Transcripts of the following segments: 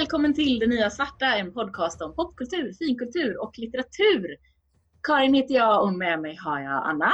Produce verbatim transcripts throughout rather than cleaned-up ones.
välkommen till Det Nya Svarta, en podcast om popkultur, finkultur och litteratur. Karin heter jag och med mig har jag Anna.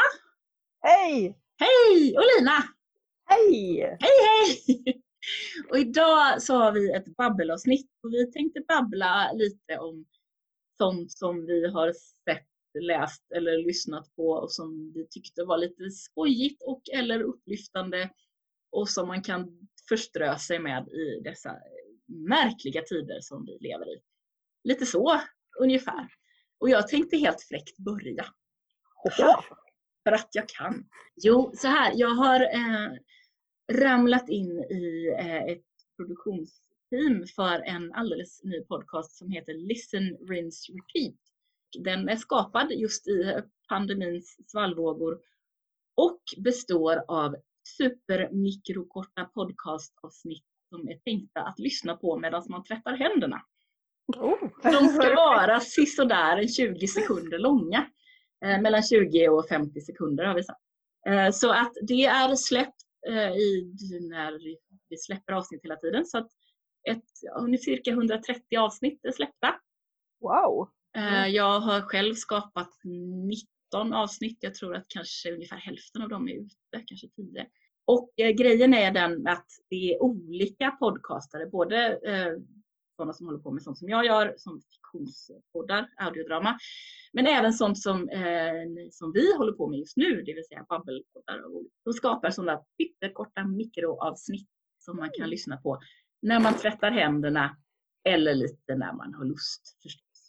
Hej! Hej! Och Lina. Hej! Hej, hej! Och idag så har vi ett babbelavsnitt och vi tänkte babbla lite om sånt som vi har sett, läst eller lyssnat på och som vi tyckte var lite skojigt och eller upplyftande och som man kan förströ sig med i dessa märkliga tider som vi lever i. Lite så, ungefär. Och jag tänkte helt fräckt börja. Ja. För att jag kan. Jo, så här. Jag har eh, ramlat in i eh, ett produktionsteam för en alldeles ny podcast som heter Listen, Rinse, Repeat. Den är skapad just i pandemins svallvågor och består av supermikrokorta podcastavsnitt som är tänkta att lyssna på medan man tvättar händerna. Oh. De ska vara sisådär tjugo sekunder långa. Eh, mellan tjugo och femtio sekunder har vi sagt. Eh, så att det är släppt eh, i, när vi släpper avsnitt hela tiden. Så att ett, ja, cirka hundratrettio avsnitt är släppta. Wow! Eh, jag har själv skapat nitton avsnitt. Jag tror att kanske ungefär hälften av dem är ute, kanske tio. Och eh, grejen är den att det är olika podcastare, både eh, sådana som håller på med sånt som jag gör, som fiktionspoddar, audiodrama, men även sånt som, eh, som vi håller på med just nu, det vill säga babbelpoddar. De skapar sådana pyttekorta mikroavsnitt som man kan mm. lyssna på när man tvättar händerna eller lite när man har lust förstås.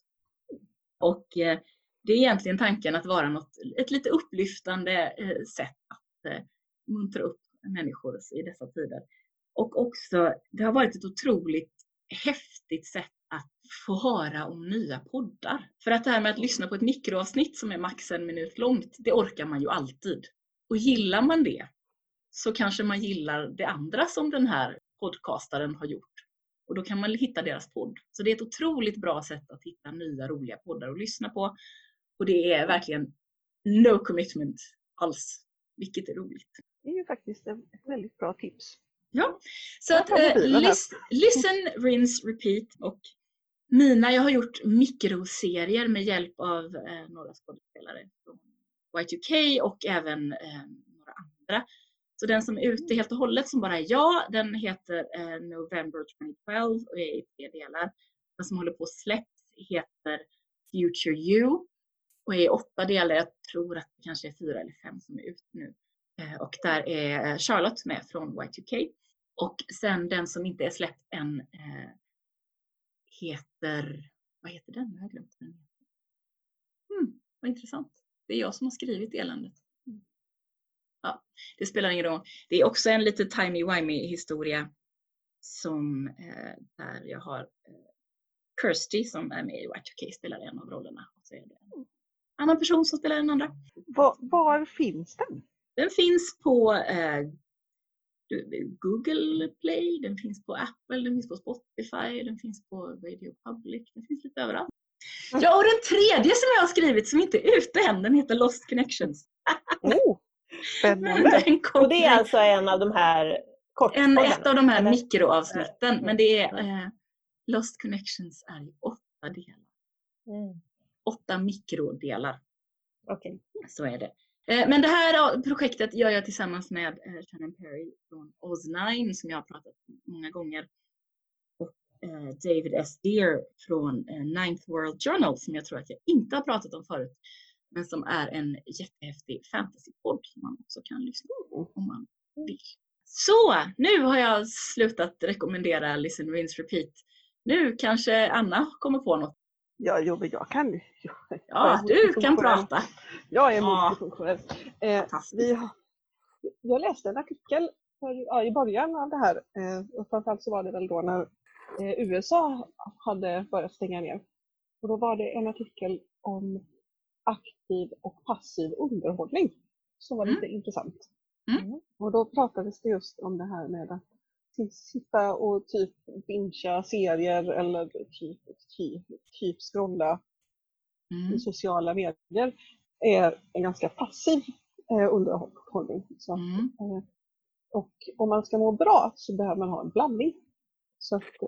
Och eh, det är egentligen tanken att vara något, ett lite upplyftande eh, sätt att eh, muntra upp människor i dessa tider. Och också, det har varit ett otroligt häftigt sätt att få höra om nya poddar. För att det här med att lyssna på ett mikroavsnitt som är max en minut långt, det orkar man ju alltid. Och gillar man det så kanske man gillar det andra som den här podcastaren har gjort. Och då kan man hitta deras podd. Så det är ett otroligt bra sätt att hitta nya roliga poddar att lyssna på. Och det är verkligen no commitment alls. Vilket är roligt. Det är ju faktiskt ett väldigt bra tips. Ja, så att eh, lis, listen, rinse, repeat. Och mina, jag har gjort mikroserier med hjälp av eh, några skådespelare från Y two K och även eh, några andra. Så den som är ute helt och hållet som bara är jag, den heter eh, November tjugo tolv och är i tre delar. Den som håller på att släpps heter Future You och är i åtta delar. Jag tror att det kanske är fyra eller fem som är ute nu. Och där är Charlotte med från Y two K. Och sen den som inte är släppt än eh, heter... Vad heter den? Jag har glömt den. Hmm, vad intressant. Det är jag som har skrivit eländet. Mm. Ja, det spelar ingen roll. Det är också en lite timey-wimey historia som eh, där jag har eh, Kirsty som är med i Y two K spelar en av rollerna. Och så är det en annan person som spelar den andra. Var, var finns den? Den finns på eh, Google Play, den finns på Apple, den finns på Spotify, den finns på Radio Public, den finns lite överallt. Ja, och den tredje som jag har skrivit som inte är ute än, den heter Lost Connections. Oh, spännande. Och det är alltså en av de här en, Ett av de här eller? mikroavsnitten, men det är eh, Lost Connections är i åtta delar. Mm. Åtta mikrodelar. Okej. Okay. Så är det. Men det här projektet gör jag tillsammans med Shannon Perry från Oz nine som jag har pratat om många gånger. Och David S. Deer från Ninth World Journal som jag tror att jag inte har pratat om förut. Men som är en jättehäftig fantasypodd som man också kan lyssna på om man vill. Så, nu har jag slutat rekommendera Listen, Rinse, Repeat. Nu kanske Anna kommer på något. Ja, jo, men jag kan. Jag ja, du kan prata. Jag är multifunktionell. Eh, vi har, jag läste en artikel för, ja, i början av det här. Eh, och framförallt så var det väl då när eh, U S A hade börjat stänga ner. Och då var det en artikel om aktiv och passiv underhållning som var mm. lite intressant. Mm. Och då pratades det just om det här med att sitta och typ bingea serier eller typ, typ, typ scrolla mm. i sociala medier är en ganska passiv eh, underhållning. Så att, mm. eh, och om man ska må bra så behöver man ha en blandning. Så att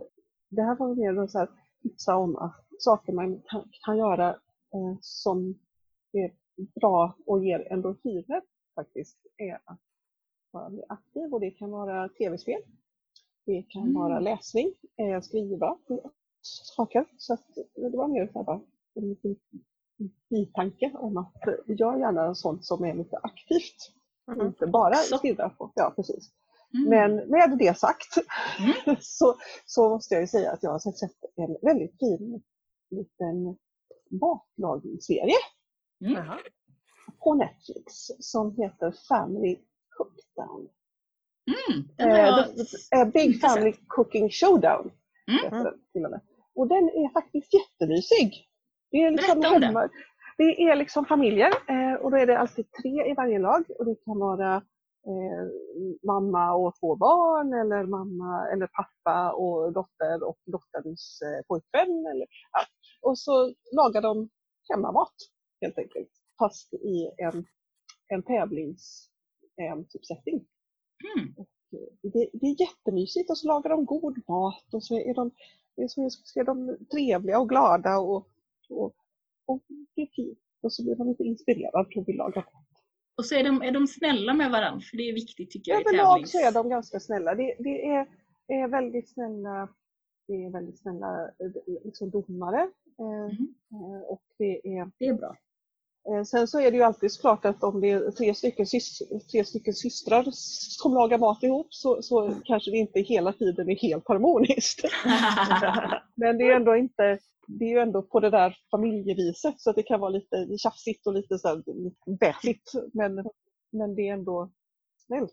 det här var mer så här, tipsa om att saker man kan, kan göra eh, som är bra och ger endorfiner faktiskt är att vara mer aktiv, och det kan vara tv-spel, det kan Mm. vara läsning, eh, skriva saker. Så att det var mer så här bara en liten bitanke om att jag gärna sånt som är lite aktivt. Mm. Inte bara Så. stirra på. Ja, precis. Mm. Men med det sagt Mm. så, så måste jag ju säga att jag har sett en väldigt fin liten matlagningsserie Mm. Jaha. på Netflix som heter Family Cookdown. Mm. Den har Eh, jag det är Big inte Family Cooking Showdown. Mm. Heter den till och med. Och den är faktiskt jättemysig. Det är liksom Berätta om hemma. Det är liksom familjer eh, och då är det alltid tre i varje lag, och det kan vara eh, mamma och två barn, eller mamma eller pappa och dotter och dotterns eh, pojkvän. Eller, ja. Och så lagar de hemmamat helt enkelt, fast i en, en tävlings eh, typ setting. Mm. Det, det är jättemysigt, och så lagar de god mat, och så är de, så är de trevliga och glada, och, och, och det är fint. Och så blir man lite inspirerad för att vi lagar mat. Och så är de, är de snälla med varandra, för det är viktigt tycker jag i Överlag tävlings... så är de ganska snälla. Det, det är, är väldigt snälla, det är väldigt snälla liksom domare. Mm. Eh, och det är Det är bra. Eh, Sen så är det ju alltid klart att om det är tre stycken, sys- tre stycken systrar som lagar mat ihop, så, så kanske det inte hela tiden är helt harmoniskt. Men det är ändå inte, det är ju ändå på det där familjeviset, så att det kan vara lite tjafsigt och lite så här bäsigt, men, men det är ändå snällt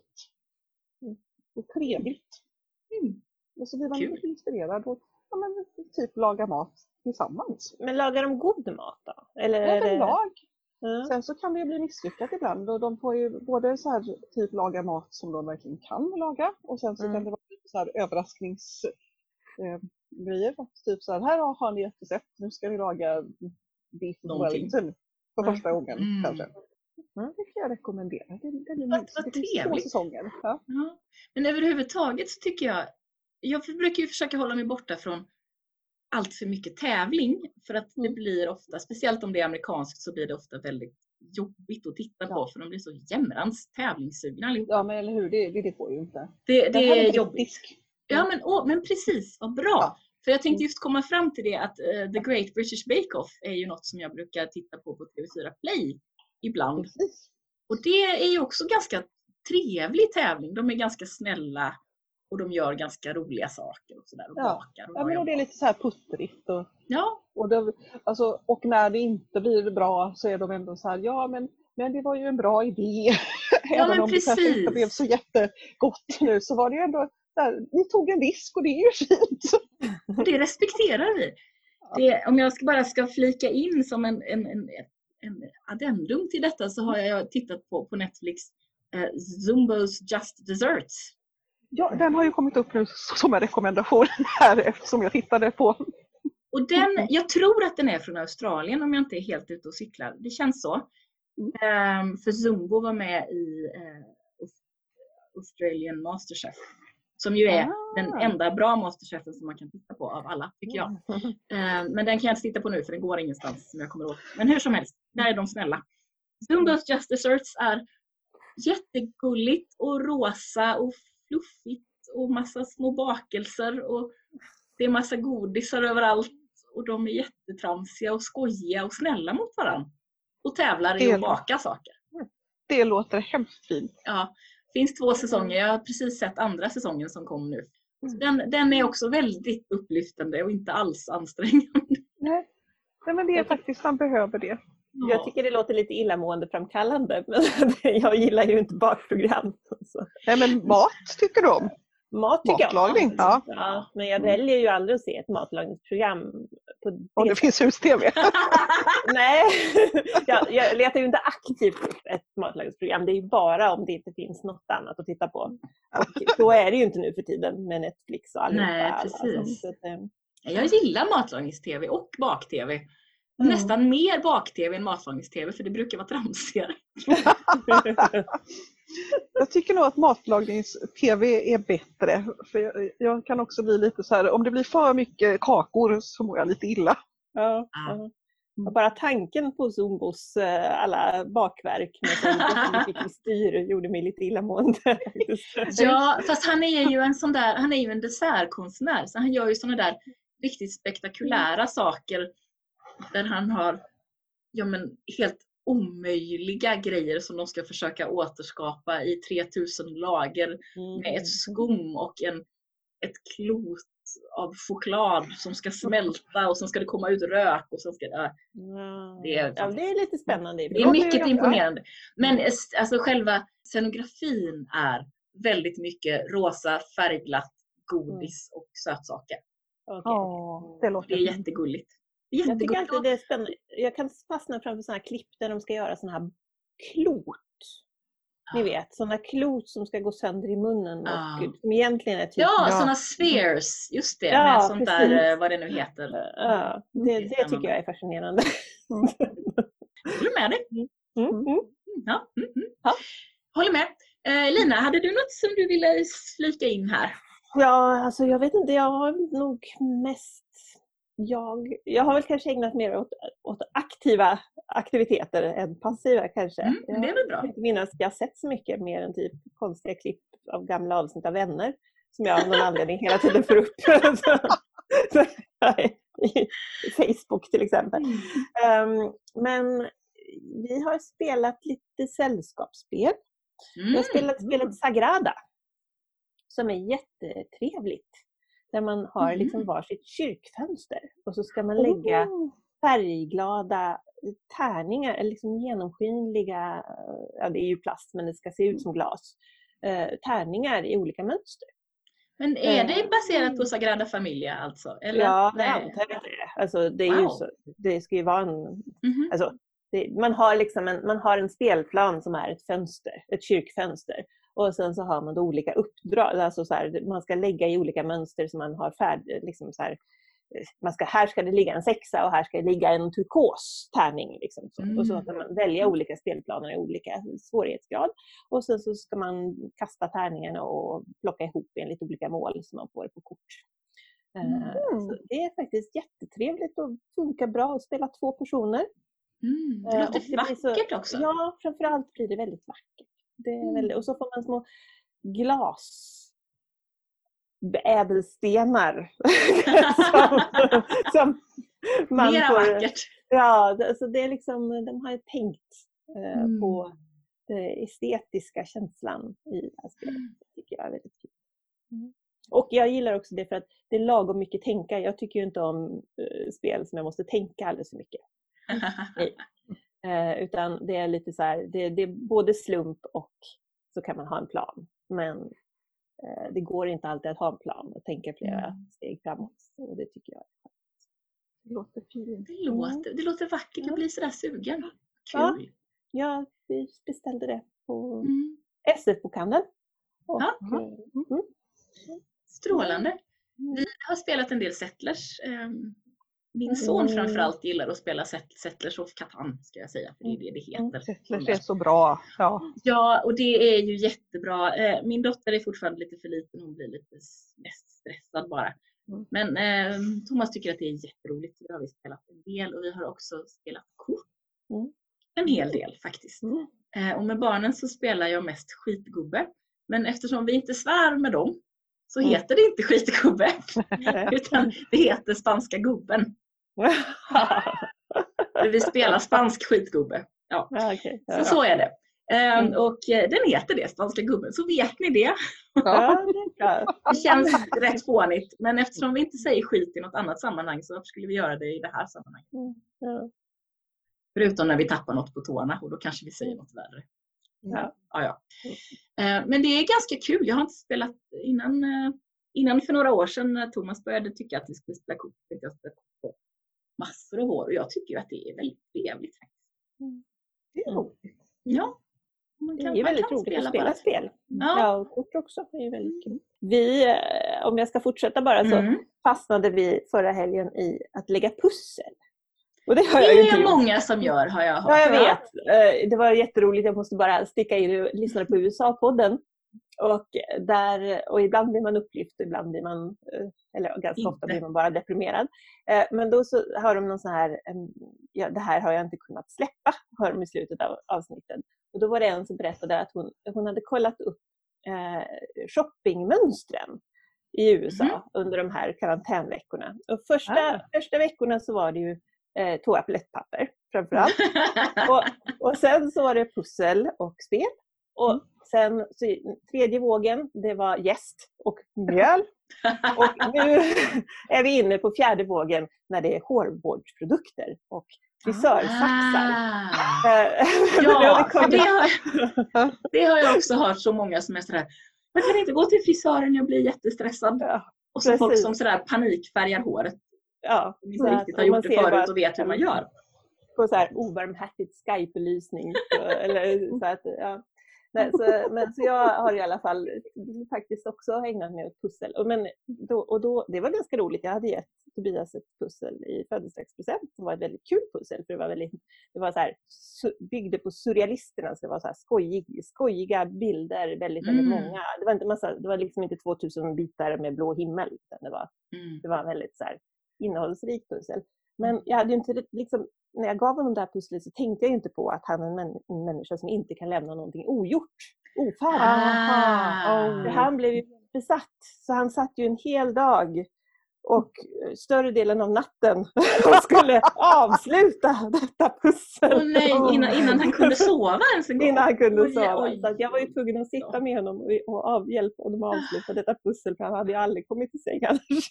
och trevligt. Mm. Och så blir man Kul. lite inspirerad och ja, men, typ laga mat tillsammans. Men lagar de god mat då? Eller är det... Överlag. Ja. Sen så kan det ju bli misslyckat ibland, och de får ju både så här typ laga mat som de verkligen kan laga, och sen så Mm. kan det vara lite så här överraskningsgrejer. Eh, typ så här, här har ni ett recept, nu ska vi laga beef Någonting. Wellington för Mm. första gången Mm. kanske. Mm, det kan jag rekommendera. Det, det, är Vad- mysigt. vad Det finns två trevligt. säsonger. Ja. Ja. Men överhuvudtaget så tycker jag, jag brukar ju försöka hålla mig borta från allt för mycket tävling, för att det Mm. blir ofta, speciellt om det är amerikanskt, så blir det ofta väldigt jobbigt att titta på, Ja. för de blir så jämrans tävlingssugna allihopa. Ja, men eller hur, det, det, det får ju inte. Det, Den det här är är jobbigt. brittisk. Ja, men, åh, men precis, vad bra. Ja. För jag tänkte just komma fram till det att uh, The Great British Bake Off är ju något som jag brukar titta på på T V fyra Play ibland. Precis. Och det är ju också ganska trevlig tävling. De är ganska snälla och de gör ganska roliga saker och sådär och Ja. bakar. Och Ja, men och det är lite så här puttrigt och ja, Och, det, alltså, och när det inte blir bra så är de ändå så här, ja men, men det var ju en bra idé. Även men om det kanske inte precis. blev så jättegott nu, så var det ju ändå, där, ni tog en risk och det är ju fint. och det respekterar vi. Det, om jag ska bara ska flika in som en, en, en, en addendum till detta, så har jag tittat på, på Netflix eh, Zumbo's Just Desserts. Ja, den har ju kommit upp nu som en rekommendation här eftersom jag tittade på. Och den, jag tror att den är från Australien om jag inte är helt ute och cyklar. Det känns så. Mm. Um, för Zumbo var med i uh, Australian Masterchef. Som ju är Ah. den enda bra Masterchefen som man kan titta på av alla, tycker jag. Uh, men den kan jag inte titta på nu för den går ingenstans som jag kommer åt. Men hur som helst, där är de snälla. Zumbo's Just Desserts är jättegulligt och rosa och fluffigt och massa små bakelser och det är massa godisar överallt och de är jättetramsiga och skojiga och snälla mot varandra. Och tävlar i att baka saker. Det låter hemskt fint. Ja, finns två säsonger. Jag har precis sett andra säsongen som kom nu. Så den, den är också väldigt upplyftande och inte alls ansträngande. Nej, Nej men det är Jag faktiskt, man behöver det. Ja. Jag tycker det låter lite illamående framkallande, men jag gillar ju inte bakprogram. Så. Nej men mat tycker du om? Mat tycker Matlagning, jag om. ja. Ja, men jag väljer ju aldrig att se ett matlagningsprogram. På det. Om det finns hus-tv. Nej, jag, jag letar ju inte aktivt upp ett matlagningsprogram. Det är ju bara om det inte finns något annat att titta på. Och då är det ju inte nu för tiden med Netflix och allihopa. Nej, alla. precis. Så att, eh, Jag gillar matlagningstv och bak-tv. Mm. Nästan mer bak-tv än matlagningstv, för det brukar vara tramsigare. Jag tycker nog att matlagnings-tv är bättre. För jag, jag kan också bli lite så här, om det blir för mycket kakor så mår jag lite illa. Ja, ja. Och bara tanken på Zombos uh, alla bakverk med så mycket kristyr gjorde mig lite illamående. Ja, fast han är ju en sån där, han är ju en dessertkonstnär, så han gör ju såna där riktigt spektakulära saker där han har ja, men helt omöjliga grejer som de ska försöka återskapa i tre tusen lager mm. med ett skum och en, ett klot av choklad som ska smälta och sen ska det komma ut rök och sen ska det, ja. det, är, ja, det är lite spännande. Det är mycket imponerande. Men alltså själva scenografin är väldigt mycket rosa, färgglatt, godis och sötsaker. Okay. Oh, det, låter det är jättegulligt. Jag tycker alltid det är spännande. Jag kan fastna framför sådana här klipp där de ska göra sådana här klot. Ni vet, sådana klot som ska gå sönder i munnen och ah. som egentligen är typ... Ja, sådana spheres, just det, ja, med sånt precis. där, vad det nu heter. Ja, det, det tycker jag är fascinerande. Håller med dig. Mm. Mm. Ja, mm, mm. Ja. Håller med. Eh, Lina, hade du något som du ville flika in här? Ja, alltså jag vet inte, jag har nog mest... Jag, jag har väl kanske ägnat mer åt, åt aktiva aktiviteter än passiva kanske. Mm, det är väl bra. Jag minns jag har sett så mycket mer än typ konstiga klipp av gamla avsnitt av Vänner som jag av någon anledning hela tiden får upp. så, så, i Facebook till exempel. Mm. Um, men vi har spelat lite sällskapsspel. Mm. Vi har spelat spelet Sagrada som är jättetrevligt. Där man har mm. liksom varsitt kyrkfönster. Och så ska man lägga oh. färgglada tärningar. Eller liksom genomskinliga. Ja, det är ju plast men det ska se ut som glas. Eh, tärningar i olika mönster. Men är det baserat på Sagrada Familia alltså? Eller? Ja, det antar jag det. Alltså, det, är wow. ju så, det ska ju vara en... Mm-hmm. Alltså, det, man, har liksom en, man har en spelplan som är ett fönster. Ett kyrkfönster. Och sen så har man då olika uppdrag. Alltså så här, man ska lägga i olika mönster som man har färd, liksom så här, man ska, här ska det ligga en sexa och här ska det ligga en turkos tärning. Liksom, så. Mm. Och så kan man välja olika spelplaner i olika svårighetsgrad. Och sen så ska man kasta tärningarna och plocka ihop enligt olika mål som man får på kort. Mm. Så det är faktiskt jättetrevligt och funkar bra att spela två personer. Mm. Det låter det vackert så, också. Ja, framförallt blir det väldigt vackert. Det är väldigt, och så får man små glas ädelstenar som, som man Mera får, vackert. Ja, alltså det är liksom, de har ju tänkt eh, mm. på den estetiska känslan i det här spelet. Det tycker jag är väldigt fint. Mm. Och jag gillar också det för att det är lagom mycket tänka. Jag tycker ju inte om uh, spel som jag måste tänka alldeles för mycket. Uh, utan det är lite så här, det, det är både slump och så kan man ha en plan. Men uh, det går inte alltid att ha en plan och tänka flera mm. steg framåt. Och det tycker jag är skönt. Det låter fint. Det låter, det låter vackert, jag blir sådär sugen. Kul. Ja, ja, vi beställde det på mm. S F-bokhandeln. Ja. Mm. Strålande. Vi har spelat en del Settlers. Min son framförallt gillar att spela Settlers of Catan, ska jag säga, för det är det det heter. Settlers är så bra. Ja. Ja, och det är ju jättebra. Min dotter är fortfarande lite för liten, hon blir lite mest stressad bara. Mm. Men eh, Thomas tycker att det är jätteroligt. Vi har vi spelat en del och vi har också spelat kort. Mm. En hel del faktiskt. Mm. Eh, och med barnen så spelar jag mest skitgubbe. Men eftersom vi inte svär med dem så mm. heter det inte skitgubbe. Utan det heter spanska gubben. Vi spelar spansk skitgubbe. Ja. Ja, okay. Ja, så, ja. så är det. Um, mm. Och uh, den heter det, spanska gubben. Så vet ni det. Ja, det känns rätt fånigt. Men eftersom vi inte säger skit i något annat sammanhang så skulle vi göra det i det här sammanhanget. Mm. Ja. Förutom när vi tappar något på tårna och då kanske vi säger något värre. Ja. Ja, ja. Uh, men det är ganska kul. Jag har inte spelat innan, uh, innan för några år sedan när Thomas började tycka att vi skulle spela kort. Jag spela kort på massor av år och jag tycker att det är väldigt trevligt. Mm. Det är roligt. Ja. Man kan, det är väldigt roligt att spela spel. Ja. Ja, och kort också. Det är väldigt kul. Vi, om jag ska fortsätta bara så mm. fastnade vi förra helgen i att lägga pussel. Och det har det jag ju är inte gjort. många som gör, har jag hört. Ja, jag vet. Eh, Det var jätteroligt. Jag måste bara sticka in och lyssna på U S A-podden. Och, där, och ibland blir man upplyft, ibland blir man, eh, eller ganska Inte. ofta blir man bara deprimerad. Eh, Men då så har de någon sån här, en, ja, det här har jag inte kunnat släppa, hör de i slutet av avsnittet. Och då var det en som berättade att hon, hon hade kollat upp eh, shoppingmönstren i U S A Mhm. under de här karantänveckorna. Och första, Ah. första veckorna så var det ju eh, toalettpapper framförallt. Och, och sen så var det pussel och spel. Och sen så, tredje vågen, det var jäst och mjöl. Och nu är vi inne på fjärde vågen när det är hårvårdsprodukter och frisörsaxar. Ah. Eh, nu har vi Ja, kommit- det har, det har jag också hört så många som är sådär, jag kan inte gå till frisören, jag blir jättestressad. Ja, Och så folk precis. som sådär panikfärgar håret. ja, Som så inte att- riktigt har och man gjort det ser förut bara och vet hur man gör. på så här obarmhärtigt Skype-belysning. Så, eller, så att, ja. Nej, så, men, så jag har i alla fall faktiskt också ägnat mig åt pussel. Och, men då, och då, det var ganska roligt. Jag hade gett Tobias ett pussel i födelsedagspresent som var ett väldigt kul pussel. För det var, väldigt, det var så här, su- byggde på surrealisterna. Så det var så här skojig, skojiga bilder, väldigt, väldigt Mm. många. Det var, inte massa, det var liksom inte tvåtusen bitar med blå himmel. Utan det var Mm. det var en väldigt så här, innehållsrik pussel. Men jag hade ju inte liksom, när jag gav honom det här pusslet så tänkte jag inte på att han är en, män, en människa som inte kan lämna någonting ogjort. Ofärdigt. Ah. För han blev ju besatt. Så han satt ju en hel dag och större delen av natten och skulle avsluta detta pussel. Åh nej, innan, innan han kunde sova ens en gång. Innan han kunde Oj, sova. oj. Så att jag var ju tvungen att sitta med honom och, och av, hjälpa honom att avsluta detta pussel. För han hade ju aldrig kommit till säng annars.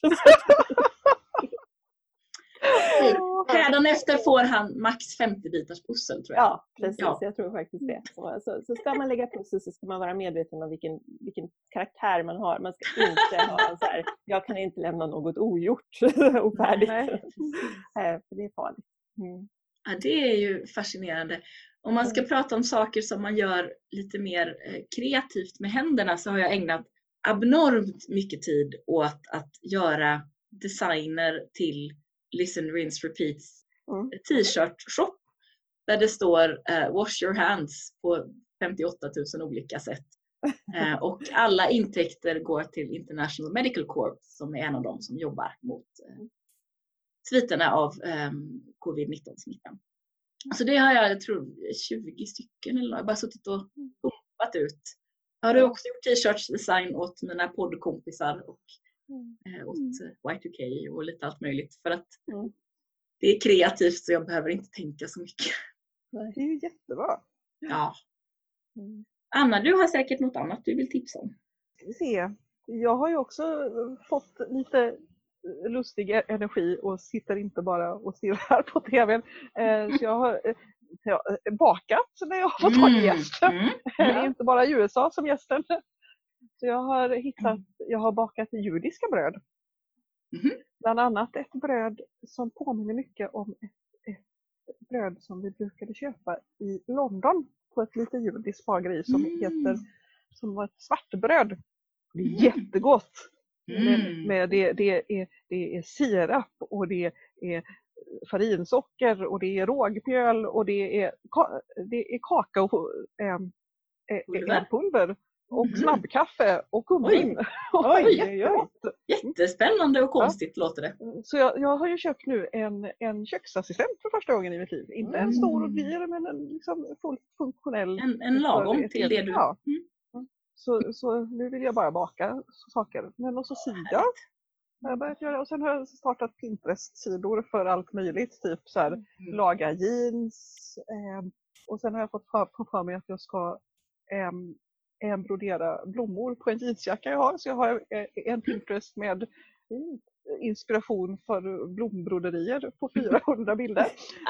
Hädanefter får han max femtio bitars pussel tror jag. Ja, precis. Ja. Jag tror faktiskt det. Så, så, så ska man lägga pussel så ska man vara medveten om vilken, vilken karaktär man har. Man ska inte ha en så här, jag kan inte lämna något ogjort, ofärdigt. Nej. Nej, för det är farligt. Mm. Ja, det är ju fascinerande. Om man ska prata om saker som man gör lite mer eh, kreativt med händerna så har jag ägnat abnormt mycket tid åt att göra designer till Listen, Rinse, Repeats Mm. t-shirt shop där det står eh, wash your hands på femtioåtta tusen olika sätt. Eh, och alla intäkter går till International Medical Corps som är en av dem som jobbar mot eh, sviterna av eh, covid nitton-smittan. Så det har jag, jag tror, tjugo stycken eller något. Jag har bara suttit och pumpat ut. Jag har också gjort t-shirts design åt mina poddkompisar och eh, åt Y two K och lite allt möjligt. För att Mm. det är kreativt så jag behöver inte tänka så mycket. Det är ju jättebra. Ja. Mm. Anna, du har säkert något annat du vill tipsa om. Ska vi se. Jag har ju också fått lite lustig energi och sitter inte bara och stirrar på tvn. Eh, Så jag har eh, jag har bakat när jag har fått tag i gäst. Mm. Det är inte bara i U S A som gästen. Så jag har hittat, jag har bakat judiska bröd. Mhm. Bland annat ett bröd som påminner mycket om ett, ett bröd som vi brukade köpa i London på ett lite judiskt bageri som Mm. heter, som var ett svartbröd. Det är Mm. jättegott. Mm. Med, med det, det, är, det är sirap och det är farinsocker och det är rågmjöl och det är, ka, det är kakao, ähm, Pulver. äh, pulver och Mhm. snabbkaffe och kummin. Oj, oj, oj. Jättegott. Jättespännande och konstigt låter det. Så jag, jag har ju köpt nu en, en köksassistent för första gången i mitt liv. Inte en stor och dyr men en liksom fullt funktionell. En, en lagom för till ett- det du... Ja. Mm. Så, så nu vill jag bara baka saker. Men också syr jag. Jag har börjat göra, och sen har jag startat Pinterest-sidor för allt möjligt. Typ så här, Mm. laga jeans. Eh, och sen har jag fått för, för, för mig att jag ska eh, eh, brodera blommor på en jeansjacka jag har. Så jag har eh, en Pinterest med mm, inspiration för blombroderier på fyrahundra bilder.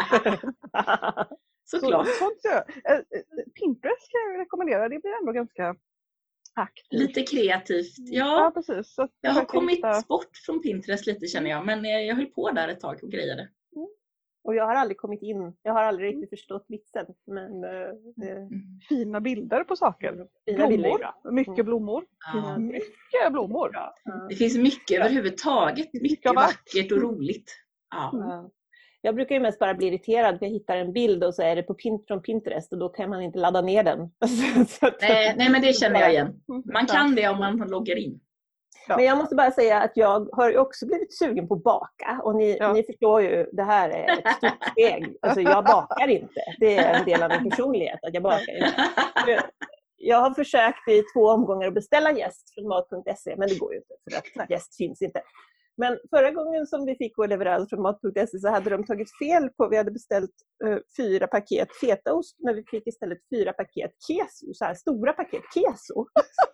Såklart. Så, sånt gör jag. Eh, eh, Pinterest kan jag rekommendera. Det blir ändå ganska aktivt. Lite kreativt. Ja, Ja, precis. Så att jag har försöka kommit hitta- bort från Pinterest lite känner jag. Men jag, jag höll på där ett tag och grejade. Och jag har aldrig kommit in. Jag har aldrig riktigt förstått vitsen. Men eh, det, Mm. fina bilder på saker. fina bilder är Blommor. bra. Mycket Mm. blommor. Ja. Mycket blommor. Ja. Det finns mycket överhuvudtaget. Mycket av allt. vackert och roligt. Ja. Ja. Jag brukar ju mest bara bli irriterad för jag hittar en bild och så är det på Pint- från Pinterest och då kan man inte ladda ner den. Så att, Nej, nej, men det känner jag igen. Man kan det om man loggar in. Ja. Men jag måste bara säga att jag har ju också blivit sugen på att baka. Och ni, ja. ni förstår ju, det här är ett stort steg. Alltså jag bakar inte. Det är en del av min personlighet att jag bakar inte. Jag har försökt i två omgångar att beställa jäst från mat punkt se, men det går ju inte för att jäst finns inte. Men förra gången som vi fick vår leverans från mat punkt se så hade de tagit fel på, vi hade beställt uh, fyra paket fetaost, men vi fick istället fyra paket keso, så här stora paket keso.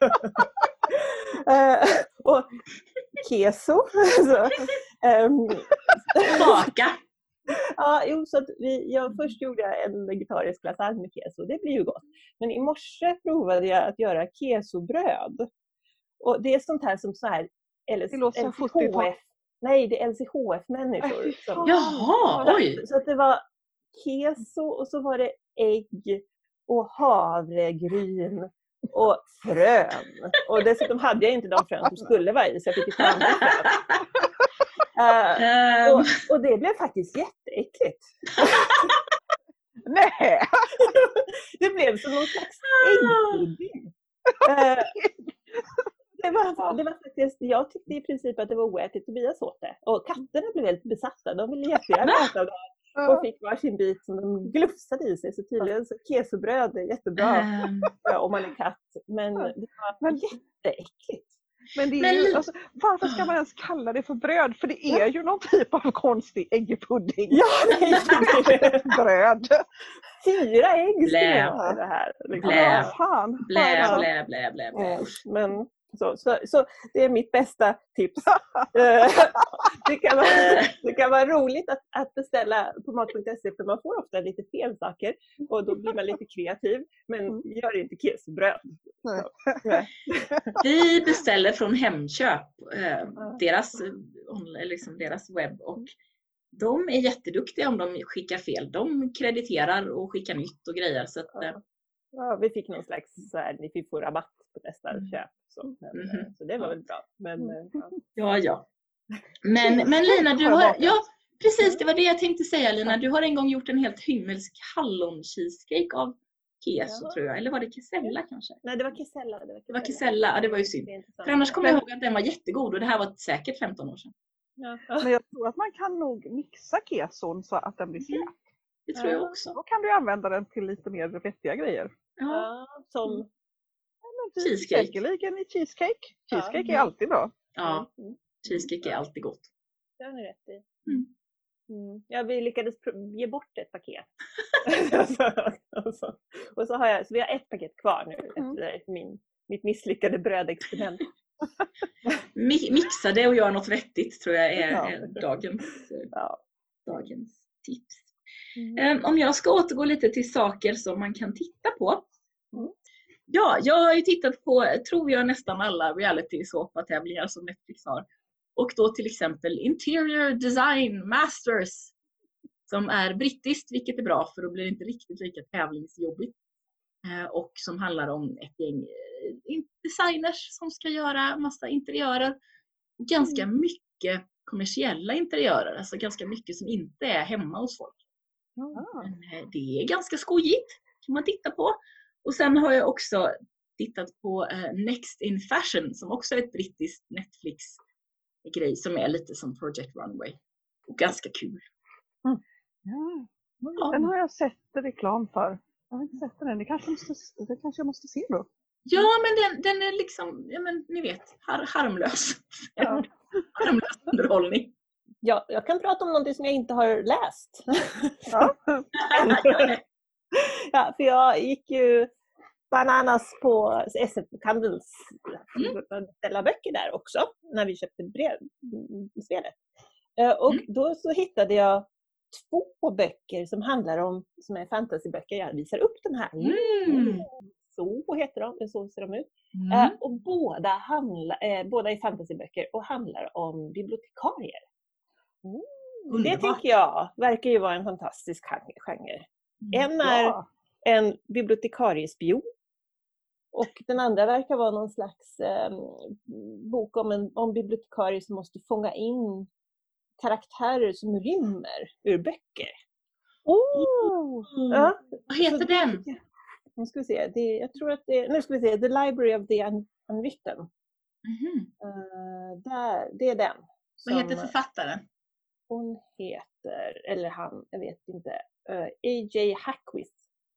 uh, och keso. så, um, Baka. Ja, jo, så att vi, jag först gjorde jag en vegetarisk lasagne med keso. Det blir ju gott. Men i morse provade jag att göra kesobröd. Och det är sånt här som så här L C H F. Nej, det är L C H F-människor. Äh, som, Jaha, oj! Så att det var keso och så var det ägg och havregryn och frön. Och dessutom hade jag inte de frön som skulle vara i, så jag fick inte andra frön. Uh, och, och det blev faktiskt jätteäckligt. Nej. Det blev som någon slags äggpudding. Uh, det, var, det var faktiskt, jag tyckte i princip att det var oätligt. Tobias åt det. Och katterna blev helt besatta. De ville jättegärna äta det. Och fick varsin bit som de glufsade i sig. Så tydligen så kesobröd är jättebra um. om man är katt. Men det var Men... jätteäckligt. Men det är ju, alltså, varför ska man ens kalla det för bröd? För det är ju någon typ av konstig äggpudding. Ja, det är bröd. Fyra ägg skulle vara det här. Liksom. Blä. Fan. Blä, blä, blä, blä, blä. Men så, så, så det är mitt bästa tips. det, kan vara, det kan vara roligt att, att beställa på mat punkt se för man får ofta lite fel saker och då blir man lite kreativ. Men gör inte kesobröd. Vi beställer från Hemköp, eh, deras, liksom deras webb, och de är jätteduktiga om de skickar fel. De krediterar och skickar nytt och grejer. Så att, eh. ja, vi fick någon slags så här, ni fick få rabatt på nästa mm. köp. Så, men, mm-hmm. så det var väl bra. Men, mm. ja. ja, ja. Men, men Lina, du har... Ja, precis, det var det jag tänkte säga, Lina. Du har en gång gjort en helt himmelsk hallon-cheesecake av keso, ja. tror jag. Eller var det kesella kanske? Nej, det var kesella. Det var kesella, det var, kesella. Ja, det var ju synd. För annars kommer jag ihåg att den var jättegod och det här var säkert femton år sedan. Ja. Men jag tror att man kan nog mixa keson så att den blir slät. Mm. Det tror jag också. Då kan du använda den till lite mer vettiga grejer. Ja, som mm. ja, cheesecake. Säkerligen i cheesecake. Cheesecake ja. är alltid bra. Ja, cheesecake är alltid gott. Det har ni rätt i. Mm. Mm. Ja, vi lyckades ge bort ett paket. och, så, och så har jag, så vi har ett paket kvar nu mm. efter min, mitt misslyckade brödexperiment. Mixa det och göra något vettigt tror jag är, ja. är dagens, ja. dagens tips. Mm. Om jag ska återgå lite till saker som man kan titta på. Mm. Ja, jag har ju tittat på, tror jag, nästan alla reality såpa-tävlingar som Netflix har. Och då till exempel Interior Design Masters som är brittiskt, vilket är bra för då blir det inte riktigt lika tävlingsjobbigt. Och som handlar om ett gäng designers som ska göra massa interiörer. Ganska mycket kommersiella interiörer, alltså ganska mycket som inte är hemma hos folk. Mm. Det är ganska skojigt, kan man titta på. Och sen har jag också tittat på Next in Fashion som också är ett brittiskt Netflix-grej som är lite som Project Runway. Och ganska kul. Mm. Ja. Ja. Den har jag sett reklam för. Jag har inte sett den. Det kanske, måste, det kanske jag måste se då. Ja, men den, den är liksom, ja, men ni vet, har, harmlös. Ja. Harmlös underhållning. Ja, jag kan prata om någonting som jag inte har läst. Ja. Ja, för jag gick ju bananas på S F-handels mm. ställa böcker där också när vi köpte brev i spelet. Och mm. då så hittade jag två böcker som handlar om, som är fantasyböcker. Jag visar upp den här. Mm. Så heter de, så ser de ut. Mm. Uh, och båda, handla, uh, båda är fantasyböcker och handlar om bibliotekarier. Mm. Det tycker jag verkar ju vara en fantastisk genre. En är ja. en bibliotekariespion. Och den andra verkar vara någon slags um, bok om en om bibliotekarier som måste fånga in karaktärer som rymmer ur böcker. Oh! Mm. Ja. Vad heter den? Nu ska vi se. Det, jag tror att det, nu ska vi se. The Library of the Un- Unwritten. Mhm. Uh, där, det är den. Vad heter som- författaren? Hon heter, eller han, jag vet inte, uh, A J Hackwith.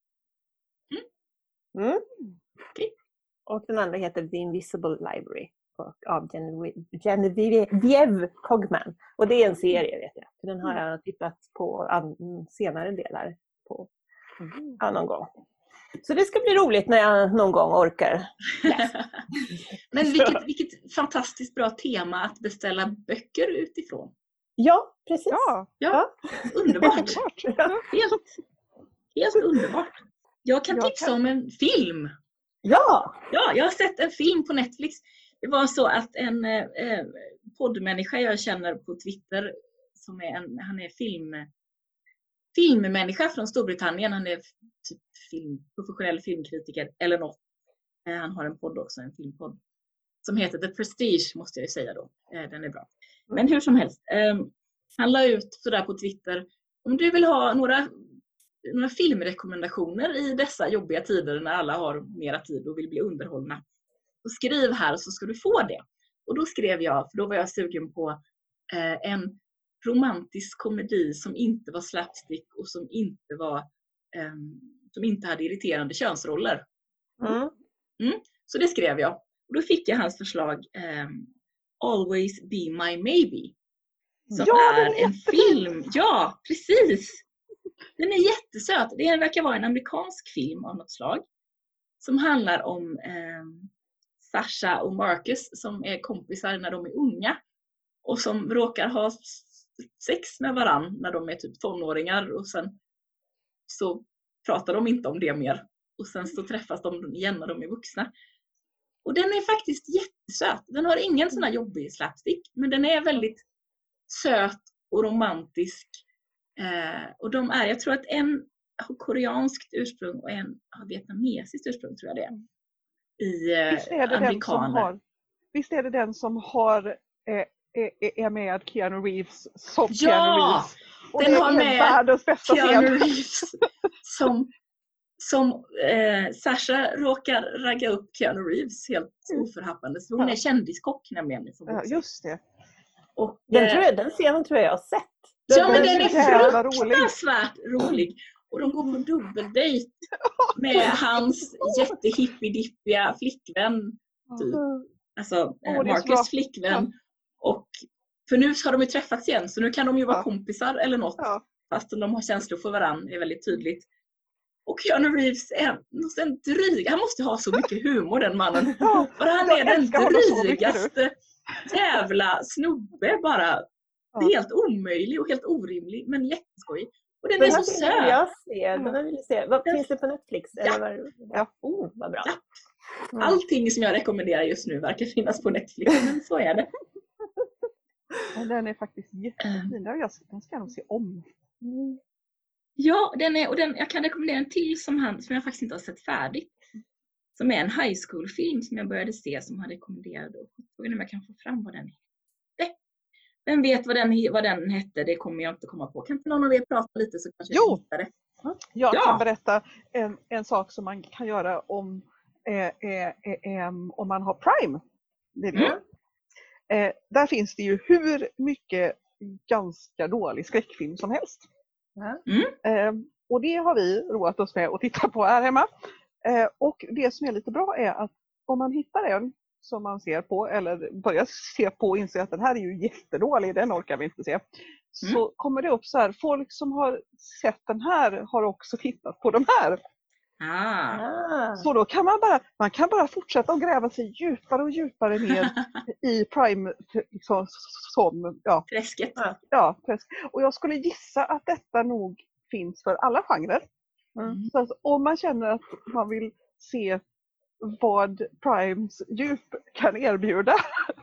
Mm. Mm. Okej. Och den andra heter The Invisible Library och, av Genevieve, Genevieve Cogman. Och det är en serie, vet jag. För den har jag tittat på an, senare delar på Mm. ja, någon gång. Så det ska bli roligt när jag någon gång orkar läsa. Men vilket, vilket fantastiskt bra tema att beställa böcker utifrån. Ja, precis. Ja, Ja, underbart. klart. Helt, helt underbart. Jag kan Jag tipsa kan- om en film. Ja! Ja, jag har sett en film på Netflix. Det var så att en eh, poddmänniska jag känner på Twitter, som är en, han är film, filmmänniska från Storbritannien. Han är typ film, professionell filmkritiker eller något. Eh, han har en podd också, en filmpodd. Som heter The Prestige, måste jag ju säga då. Eh, den är bra. Men hur som helst. Eh, han la ut sådär på Twitter. Om du vill ha några, några filmrekommendationer i dessa jobbiga tider när alla har mera tid och vill bli underhållna. Så skriv här så ska du få det. Och då skrev jag, för då var jag sugen på eh, en romantisk komedi som inte var slapstick och som inte var eh, som inte hade irriterande könsroller. Mm. Mm, så det skrev jag. Och då fick jag hans förslag eh, Always Be My Maybe. Som Ja, är, den är en film. Ja, precis. Den är jättesöt. Det verkar vara en amerikansk film av något slag. Som handlar om eh, Sasha och Marcus som är kompisar när de är unga. Och som råkar ha sex med varann när de är typ tonåringar. Och sen så pratar de inte om det mer. Och sen så träffas de igen när de är vuxna. Och den är faktiskt jättesöt. Den har ingen sån här jobbig slapstick. Men den är väldigt söt och romantisk. Eh, och de är, jag tror att en har koreanskt ursprung och en har vietnamesiskt ursprung, tror jag det är. I eh, Visst är det den som amerikaner. har, visst är det den som har eh, är, är med Keanu Reeves som Ja! Keanu Reeves. Och Den det har är med världens bästa Keanu scen. Reeves som, som eh, Sasha råkar ragga upp Keanu Reeves helt oförhappandes. Hon Ja. är kändiskåck nämligen. Ja, just det. Och, Den, eh, tror jag, den scenen tror jag jag har sett. ja, men den den är är så jävla rolig. fruktansvärt rolig. Och de går på dubbeldejt med hans jättehippidippiga flickvän. Typ. Alltså Åh, det är så Marcus bra. flickvän. Och för nu har de ju träffats igen. Så nu kan de ju vara Ja. kompisar eller något. Ja. Fast de har känslor för varandra är väldigt tydligt. Och Keanu Reeves är en dryg. Han måste ha så mycket humor, den mannen. Ja, För han jag är den älskar honom så mycket, du. drygaste jävla snubbe bara. Ja. Helt omöjlig och helt orimlig, men jätteskoj. Och den Den är här så filmen vill söt. jag se. Den här vill jag se. Vad Den- finns det på Netflix? Ja. Eller vad, Ja. Oh, vad bra. Ja. Mm. Allting som jag rekommenderar just nu verkar finnas på Netflix, men så är det. Men den är faktiskt jättefin. Jag ska, den ska jag nog se om. Mm. Ja, den är, och den, jag kan rekommendera en till som, han, som jag faktiskt inte har sett färdigt. Som är en high school-film som jag började se som han rekommenderade. Och frågan är om jag kan få fram vad den hette. Vem vet vad den, vad den hette? Det kommer jag inte komma på. Kan inte någon av er prata lite så kanske Jo! jag hittar det? Jag Ja. kan berätta en, en sak som man kan göra om, eh, eh, eh, om man har Prime. Det är det. Mm. Eh, där finns det ju hur mycket ganska dålig skräckfilm som helst. Ja. Mm. Eh, och det har vi roat oss med att titta på här hemma. Eh, och det som är lite bra är att om man hittar en som man ser på eller börjar se på och inser att den här är ju jättedålig, den orkar vi inte se. Så Mm. kommer det upp så här, folk som har sett den här har också tittat på de här. Ah. Ah. Så då kan man bara, man kan bara fortsätta att gräva sig djupare och djupare ner i Prime liksom, som, ja, Träsket. ja, precis. Och jag skulle gissa att detta nog finns för alla genrer. Mm. Så att om man känner att man vill se vad Primes djup kan erbjuda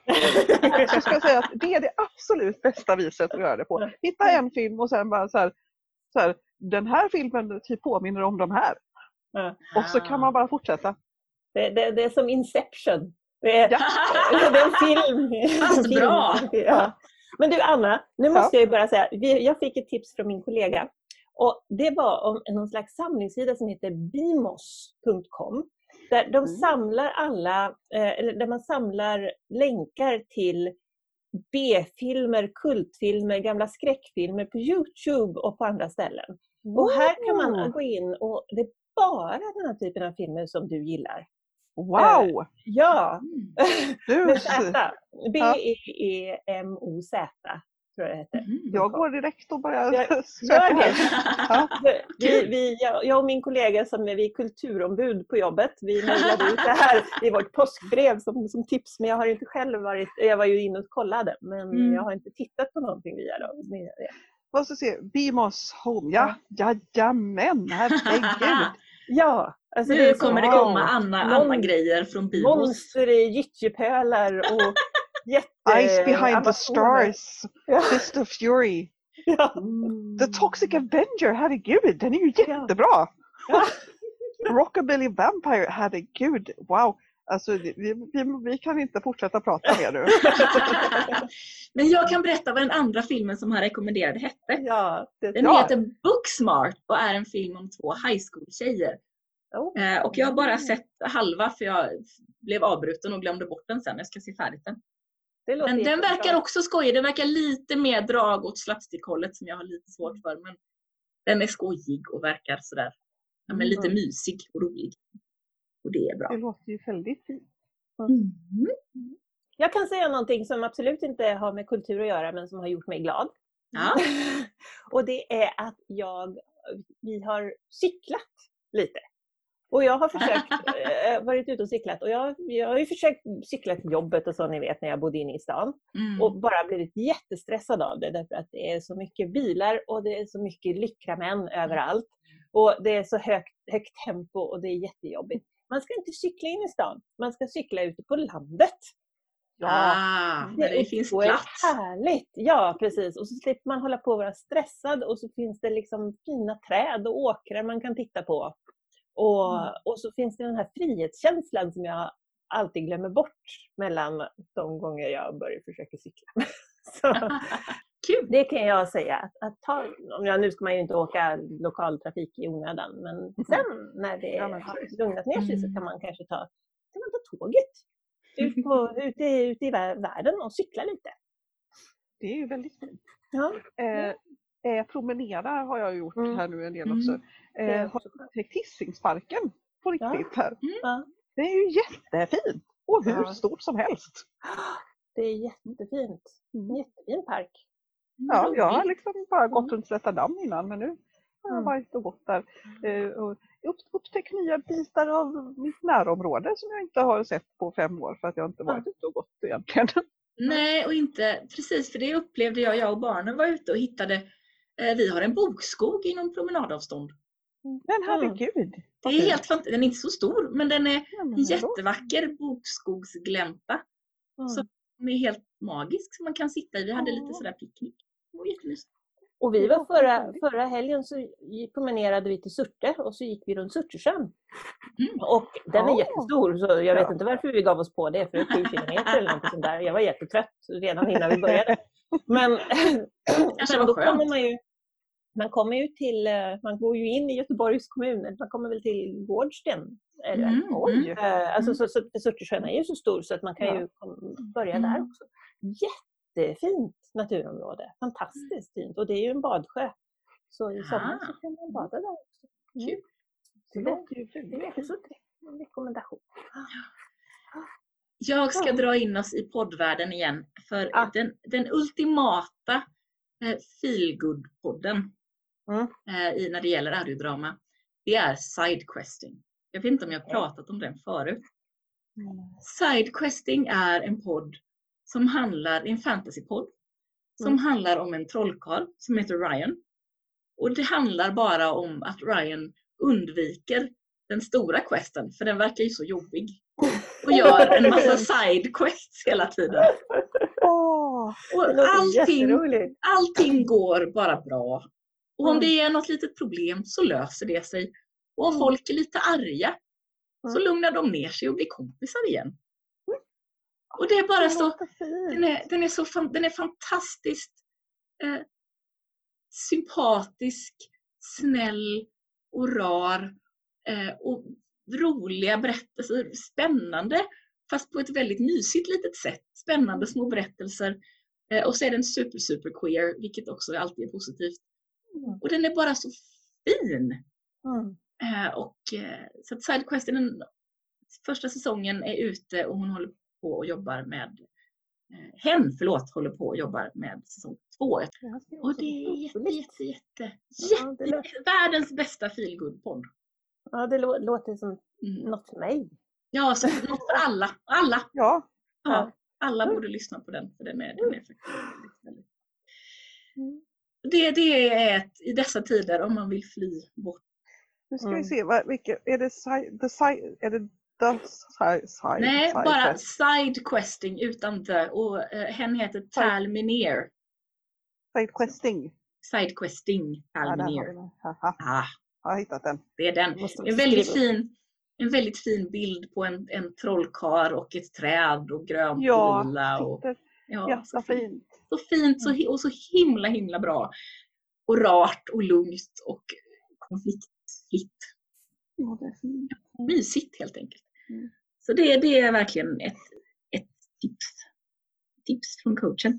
så ska jag säga att det är det absolut bästa viset att göra det på. Hitta en film och sen bara så här, så här den här filmen typ påminner om de här. Och så kan man bara fortsätta. Det, det, det är som Inception. Det är, Ja. det är en film. Fast film. bra. Ja. Men du Anna, nu måste jag ju bara säga, jag fick ett tips från min kollega. Och det var om någon slags samlingssida som heter bimos punkt com. Där de samlar alla, eller där man samlar länkar till B-filmer, kultfilmer, gamla skräckfilmer på YouTube och på andra ställen. Och här kan man gå in och det är bara den här typen av filmer som du gillar. Wow! Uh, ja! Du. Med Z. B E E M O Z tror jag det heter. Mm. Jag går direkt och börjar jag, söka. Gör det. Ja. Vi, vi, jag, jag och min kollega som är vi kulturombud på jobbet, vi mejlade ut det här i vårt påskbrev som, som tips. Men jag har inte själv varit, jag var ju inne och kollade, men mm. jag har inte tittat på någonting via dem. Vad ska se, Bimos Home, ja, jajamän, herregud. Ja, alltså nu det kommer det komma Anna, Anna grejer från Bimos. Monster i gyttjepölar och jätte... Ice behind the stars, ja. Fist of Fury. Ja. Mm. The Toxic Avenger, herregud, den är ju jättebra. Ja. Rockabilly Vampire, herregud, wow. Alltså vi, vi, vi kan inte fortsätta prata mer nu. Men jag kan berätta vad den andra filmen som han rekommenderade hette. Ja, det, den ja. heter Booksmart och är en film om två high school-tjejer. Oh. Eh, och jag har bara sett halva för jag blev avbruten och glömde bort den sen. Jag ska se färdigt den. Men den verkar också skojig. Den verkar lite mer drag åt slapstick-hållet som jag har lite svårt för. Men den är skojig och verkar sådär. Ja, men lite mysig och rolig. Och det är bra. Det låter ju väldigt fint. Mm. Jag kan säga någonting som absolut inte har med kultur att göra men som har gjort mig glad. Ja. Och det är att jag, vi har cyklat lite. Och jag har försökt, äh, varit ute och cyklat. Och jag, jag har ju försökt cykla till jobbet och så ni vet när jag bodde inne i stan. Mm. Och bara blivit jättestressad av det. Därför att det är så mycket bilar och det är så mycket lyckra män överallt. Och det är så högt, högt tempo och det är jättejobbigt. Man ska inte cykla in i stan. Man ska cykla ute på landet. Ja, ah, det, det finns plats. Härligt. Ja, precis. Och så slipper man hålla på att vara stressad. Och så finns det liksom fina träd och åkrar man kan titta på. Och, mm. och så finns det den här frihetskänslan som jag alltid glömmer bort mellan de gånger jag börjar försöka cykla. Så, kul. Det kan jag säga. Att, att ta, ja, nu ska man ju inte åka lokaltrafik i onödan. Men sen när det har lugnat ner sig så kan man kanske ta, kan man ta tåget. Ut, på, ut, i, ut i världen och cykla lite. Det är ju väldigt fint. Ja. Eh, eh, promenera har jag gjort mm. här nu en del också. Eh, har upptäckt Hisingsparken på riktigt ja. här. Ja. Det är ju jättefint. Och hur ja. stort som helst. Det är jättefint. Mm. Jättefin park. Ja, jag har liksom bara gått mm. runt Slätta damm innan. Men nu har jag mm. varit och gått där. Eh, och upptäckt nya bitar av mitt närområde som jag inte har sett på fem år. För att jag inte varit ute och gått egentligen. Nej, och inte precis. För det upplevde jag. Jag och barnen var ute och hittade. Eh, vi har en bokskog inom promenadavstånd. Men herregud. Det är helt fantastiskt. Den är inte så stor. Men den är ja, men en jättevacker bokskogsglänta. Mm. Så den är helt magisk. Så man kan sitta i. Vi hade lite sådär picknick. Och vi var förra, förra helgen så promenerade vi till Surte och så gick vi runt Surtesjön. Mm. Och den är oh. jättestor så jag vet ja. inte varför vi gav oss på det för det är sju kilometer eller något sånt där. Jag var jättetrött redan innan vi började. Men sen då kommer man ju man kommer ju till man går ju in i Göteborgs kommun. Man kommer väl till Gårdsten eller mm. Oj. Uh, alltså så, så Surtesjön är ju så stor så att man kan ja. ju börja mm. där också. Jättefint naturområde. Fantastiskt fint. Och det är ju en badsjö. Så i sommar så kan man bada där också. Mm. Kul. Det låter ju väldigt så en rekommendation. Jag ska ja. dra in oss i poddvärlden igen. För ja. den, den ultimata eh, feelgood-podden mm. eh, i, när det gäller audiodrama. Det är Sidequesting. Jag vet inte om jag har pratat om den förut. Mm. Sidequesting är en podd som handlar, en fantasypodd som mm. handlar om en trollkarl som heter Ryan. Och det handlar bara om att Ryan undviker den stora questen, för den verkar ju så jobbig. Och gör en massa sidequests hela tiden. Oh, och allting, allting går bara bra. Och om mm. det är något litet problem så löser det sig. Och om mm. folk är lite arga mm. så lugnar de ner sig och blir kompisar igen. Och det är bara så, den är, den är så fan, den är fantastiskt eh, sympatisk, snäll och rar eh, och roliga berättelser, spännande fast på ett väldigt mysigt litet sätt, spännande små berättelser eh, och så är den super super queer, vilket också alltid är positivt. Mm. Och den är bara så fin. Mm. Eh, och eh, så att Sidequesten, den första säsongen är ute och hon håller på och jobbar med eh, hen, förlåt, håller på och jobbar med säsong två. Och det är jätte, jätte, jätte, ja, jätte, jätte världens bästa feelgood-podd. Ja, det lå- låter som mm. något för mig. Ja, så något för alla. Alla. Ja. Ja, alla borde lyssna på den, för den är, den är faktiskt väldigt, väldigt. Mm. Det, det är ett, i dessa tider om man vill fly bort. Nu ska mm. vi se, vad, vilket, är det side, the side, är det the side, side Nej, side bara quest? sidequesting utan the, och uh, hen heter Tal Minear. Sidequesting. Sidequesting, Tal Minear. Ja, ah. Jag har hittat den. Det är den. En väldigt fin, en väldigt fin bild på en, en trollkar och ett träd och grönt ja, och lila. Och, ja, så fint. fint. Så fint så, och så himla himla bra. Och rart och lugnt och konfliktfritt. Ja, det är fint. Mysigt helt enkelt. Mm. Så det, det är verkligen ett, ett tips. Tips från coachen.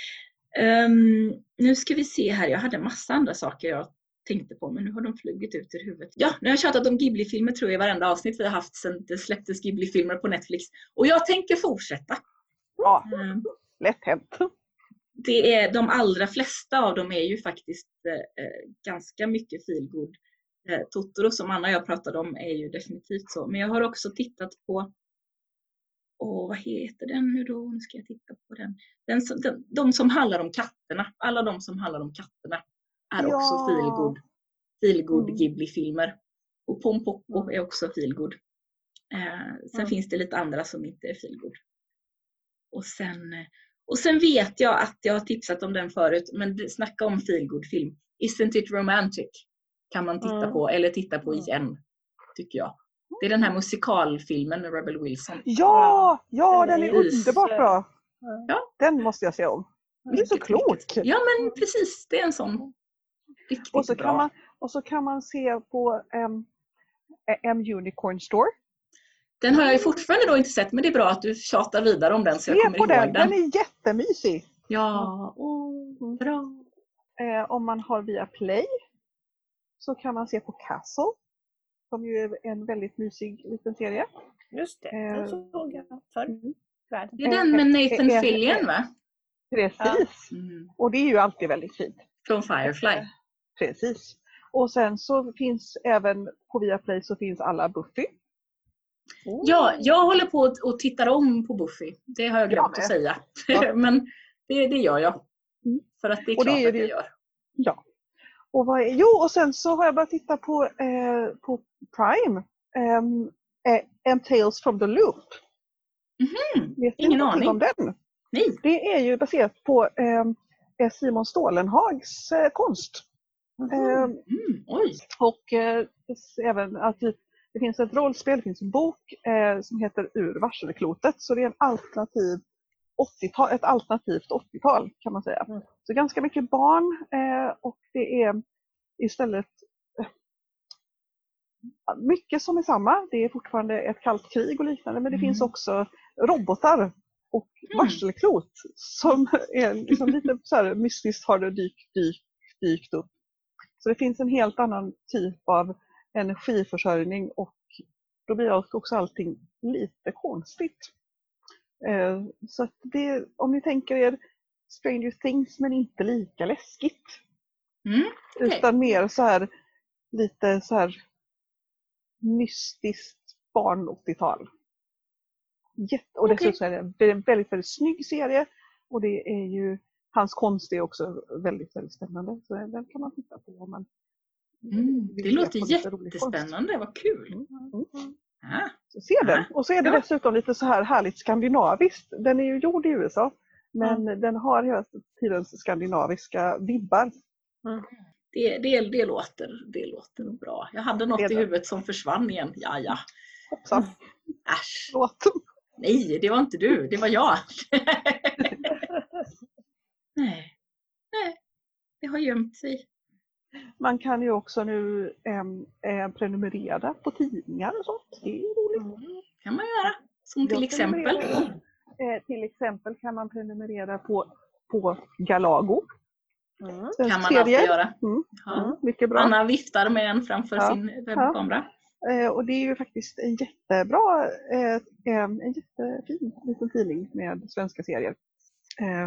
Um, nu ska vi se här. Jag hade massa andra saker jag tänkte på, men nu har de flugit ut ur huvudet. Ja, nu har jag tjatat om Ghibli-filmer tror jag i varenda avsnitt vi har haft sedan det släpptes Ghibli-filmer på Netflix. Och jag tänker fortsätta. Ja, um, lätt hänt. Det är, de allra flesta av dem är ju faktiskt eh, ganska mycket feelgood. Eh, Totoro som Anna och jag pratade om är ju definitivt så. Men jag har också tittat på, åh vad heter den nu då? Nu ska jag titta på den. den, den de som handlar om katterna. Alla de som handlar om katterna är ja. också feelgood. Feelgood mm. Ghibli-filmer. Och Pom Poko mm. är också feelgood. Eh, sen mm. finns det lite andra som inte är feelgood. Och sen... Och sen vet jag att jag har tipsat om den förut, men snacka om feelgood-film. Isn't it romantic? Kan man titta mm. på, eller titta på igen, tycker jag. Det är den här musikalfilmen med Rebel Wilson. Ja, ja den är precis. Underbart bra. Ja. Den måste jag se om. Det är så klokt. Ja, men precis. Det är en sån riktigt och så bra. Kan man, och så kan man se på um, M Unicorn Store. Den har jag ju fortfarande då inte sett, men det är bra att du tjatar vidare om den så jag kommer ihåg den. Den är jättemysig. Ja, oh, bra. Eh, om man har via Play så kan man se på Castle, som ju är en väldigt mysig liten serie. Just det, den eh, såg jag förr. Mm. Det är den med Nathan eh, Fillion, eh, va? Precis. Ja. Mm. Och det är ju alltid väldigt fint. Från Firefly. Eh, precis. Och sen så finns även på Viaplay så finns alla Buffy. Oh. Ja, jag håller på och tittar om på Buffy. Det har jag glömt ja, att säga. Ja. Men det, det gör jag. Mm. För att det är och klart det är att jag gör. Ja. Och vad är, jo, och sen så har jag börjat titta på, eh, på Prime. Um, eh, Tales from the Loop. Mm-hmm. Vet Ingen du aning om den? Nej. Det är ju baserat på eh, Simon Stålenhags eh, konst. Mm-hmm. Mm, oj. Och eh, även att det finns ett rollspel, det finns en bok eh, som heter Ur varselklotet. Så det är en alternativ åttiotal, ett alternativt åttiotal kan man säga. Mm. Så ganska mycket barn eh, och det är istället eh, mycket som är samma. Det är fortfarande ett kallt krig och liknande, men det mm. finns också robotar och mm. varselklot som är liksom lite så här mystiskt har det dykt, dykt, dykt upp. Så det finns en helt annan typ av energiförsörjning och då blir också allting lite konstigt. Eh, så att det, om ni tänker er Stranger Things men inte lika läskigt. Mm, okay. Utan mer så här lite så här mystiskt barn åttiotal. Jätte, och dessutom okay. är det en väldigt, väldigt snygg serie och det är ju hans konst är också väldigt, väldigt spännande. Så den kan man titta på om man mm, det låter jättespännande, vad kul. Mm. Mm. Ah. Så se den. Ah. Och så är det ja. dessutom lite så här härligt skandinaviskt. Den är ju gjord i U S A men mm. den har hela tiden skandinaviska vibbar. Mm. Det, det, det, låter, det låter nog bra. Jag hade något i huvudet som försvann igen. Ja, ja. Hoppsan. Äsch. Låt. Nej, det var inte du. Det var jag. Nej. Nej. Det har gömt sig. Man kan ju också nu eh, prenumerera på tidningar och sånt. Det är roligt. Mm. Kan man göra. Som till Jag exempel. Eh, till exempel kan man prenumerera på, på Galago. Mm. Kan man alltid göra. Mm. Ja. Mm, mycket bra. Anna viftar med en framför Ja. sin webbkamera. Eh, och det är ju faktiskt en jättebra, eh, en jättefin liten tidning med svenska serier. Eh,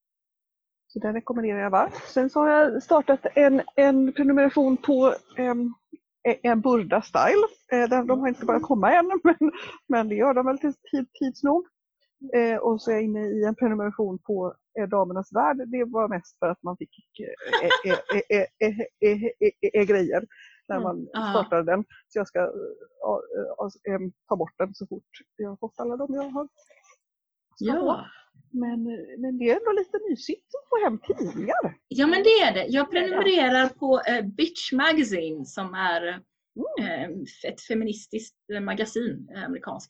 så den rekommenderar jag varmt. Sen så har jag startat en, en prenumeration på en, en Burda Style. Eh, de, de har inte börjat komma än, men, men det gör de väl till tid, tids nog. Eh, och så är jag inne i en prenumeration på eh, Damernas Värld. Det var mest för att man fick eh, eh, eh, eh, eh, eh, eh, eh, grejer när man Mm. startade den. Så jag ska eh, eh, ta bort den så fort jag har fått alla de jag har. Ja. Men, men det är ändå lite mysigt att få hem tidningar. Ja, men det är det. Jag prenumererar på eh, Bitch Magazine som är eh, ett feministiskt eh, magasin, eh, amerikanskt.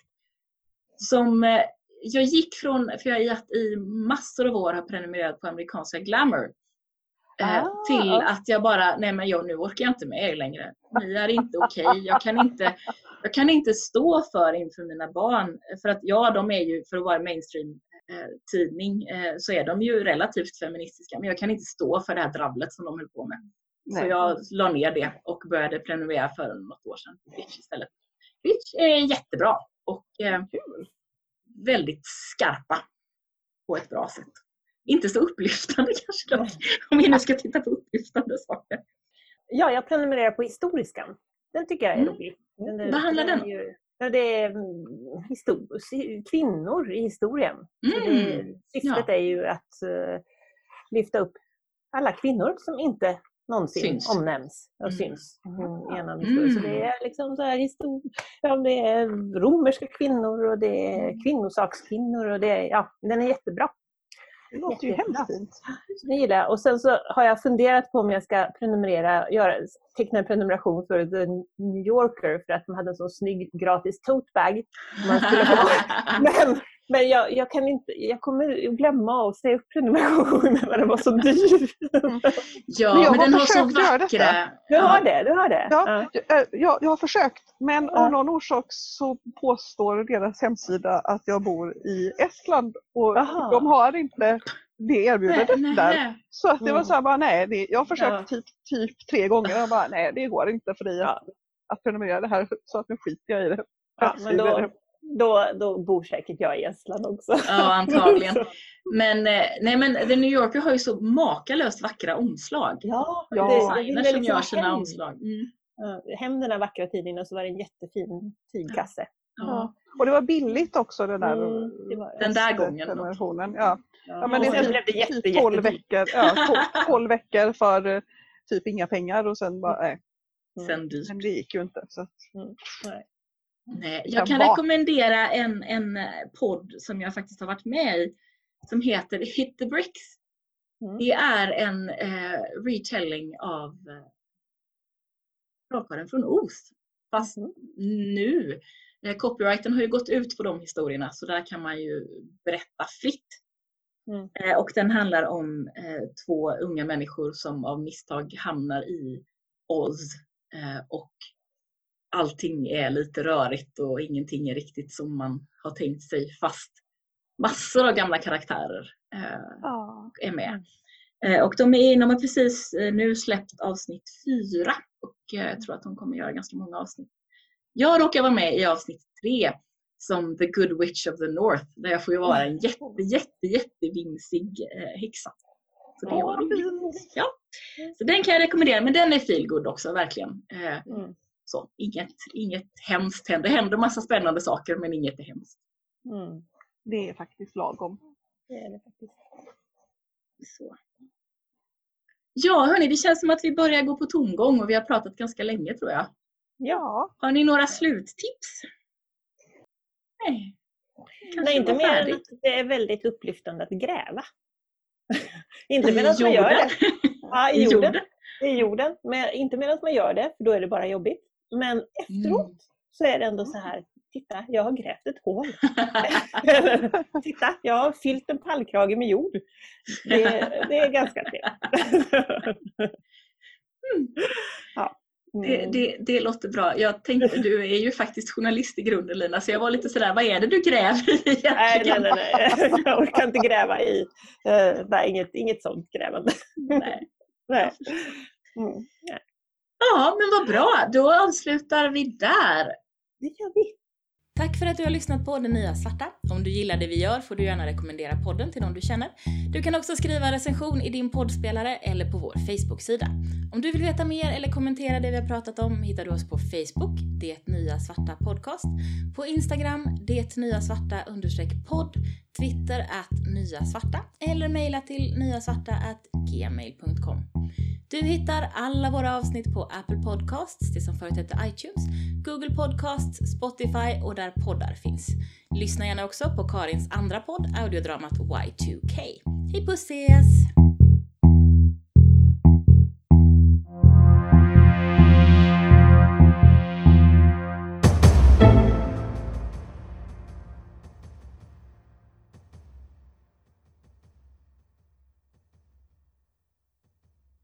Som eh, jag gick från, för jag har i massor av år har prenumererat på amerikanska Glamour. Eh, Ah. till att jag bara, nej men jag, nu orkar jag inte med er längre. Ni är inte okej. Okay. Jag kan inte, jag kan inte stå för inför mina barn. För att ja, de är ju, för att vara mainstream eh, tidning, eh, så är de ju relativt feministiska. Men jag kan inte stå för det här dravlet som de höll på med. Nej. Så jag la ner det och började prenumerera för något år sedan på Bitch istället. Bitch är jättebra och eh, väldigt skarpa på ett bra sätt. Inte så upplyftande kanske dock, om vi nu ska titta på upplyftande saker. Ja, jag prenumererar på Historiskan. Den tycker jag är Mm. rolig. Den, Vad handlar den om? Ju, det är histor- kvinnor i historien. Mm. Så det, syftet ja. är ju att uh, lyfta upp alla kvinnor som inte någonsin syns. omnämns och mm. syns genom historien. Mm. Så det är liksom så här histor- ja, det är romerska kvinnor och det är kvinnosakskvinnor och det är, ja, den är jättebra. Det låter ju hemskt fint. Det gillar jag. Och sen så har jag funderat på om jag ska prenumerera, göra, teckna en prenumeration för The New Yorker för att de hade en sån snygg gratis tote bag. Man skulle få. Men, men jag, jag kan inte, jag kommer glömma att säga upp prenumerationen när den var så dyr. Ja, men, men den har så vackra. Du har det, du har det. Ja, ja. Jag, jag har försökt, men ja. av någon orsak så påstår deras hemsida att jag bor i Estland och Aha. de har inte det erbjudandet nej, där. Nej. Så att det var så här, bara, nej, det, jag har försökt ja. typ, typ tre gånger och bara, nej, det går inte för dig ja. att, att prenumerera det här, så att nu skiter jag i det. Ja, men då, då, då bor säkert jag i Estland också. Ja, antagligen. Men, nej, men The New Yorker har ju så makalöst vackra omslag. Ja, ja. Designer som gör sina hem. omslag. Mm. Hem den här vackra tidningen och så var det en jättefin tygkasse. Ja. Ja. Och det var billigt också den där, mm, det var den där gången. Ja. Ja. Ja, men det blev det jätte, typ tolv veckor, ja, tolv veckor för typ inga pengar och sen bara, nej. Mm. Sen dyrt. Men det gick ju inte. Så att, mm. Nej. Nej, jag kan rekommendera en, en podd som jag faktiskt har varit med i som heter Hit the Bricks. Mm. Det är en eh, retelling av eh, Trollkarlen från Oz. Fast mm. nu, eh, copyrighten har ju gått ut på de historierna så där kan man ju berätta fritt. Mm. Eh, och den handlar om eh, två unga människor som av misstag hamnar i Oz eh, och allting är lite rörigt och ingenting är riktigt som man har tänkt sig fast massor av gamla karaktärer eh, oh. är med. Eh, och de, är, de har precis eh, nu släppt avsnitt fyra och eh, jag tror att de kommer göra ganska många avsnitt. Jag råkar vara med i avsnitt tre som The Good Witch of the North där jag får ju vara en jätte, jätte, jättevimsig eh, häxa. Så det var roligt. Ja. Så den kan jag rekommendera, men den är feel good också, verkligen. Eh, mm. Så, inget, inget hemskt händer. Det händer massa spännande saker men inget är hemskt. Mm. Det är faktiskt lagom. Det är det faktiskt. Så. Ja, hörni, det känns som att vi börjar gå på tomgång och vi har pratat ganska länge tror jag. Ja. Har ni några sluttips? Nej. Kanske Nej, inte mer än att det är väldigt upplyftande att gräva. Inte medan man gör det. Ja, i jorden. jorden. I jorden, men inte medan man gör det, för då är det bara jobbigt. Men efteråt mm. så är det ändå så här, titta, jag har grävt ett hål. Titta, jag har fyllt en pallkrage med jord. Det, det är ganska trevligt. Mm. Ja. Mm. Det, det, det låter bra. Jag tänkte, du är ju faktiskt journalist i grunden, Lina, så jag var lite sådär, vad är det du gräver i egentligen? Nej, nej, nej, nej. Jag orkar inte gräva i. Uh, nej, inget, inget sånt grävande. Nej. Nej. Mm. Nej. Ja, men vad bra. Då avslutar vi där. Det gör vi. Tack för att du har lyssnat på Det Nya Svarta. Om du gillar det vi gör får du gärna rekommendera podden till någon du känner. Du kan också skriva recension i din poddspelare eller på vår Facebook-sida. Om du vill veta mer eller kommentera det vi har pratat om hittar du oss på Facebook, Det Nya Svarta Podcast, på Instagram, Det Nya Svarta understreck podd, Twitter at Nya Svarta eller mejla till nyasvarta at gmail punkt com. Du hittar alla våra avsnitt på Apple Podcasts, det som förut hette iTunes, Google Podcasts, Spotify och där poddar finns. Lyssna gärna också på Karins andra podd, audiodramat Y two K. Hej puss ses!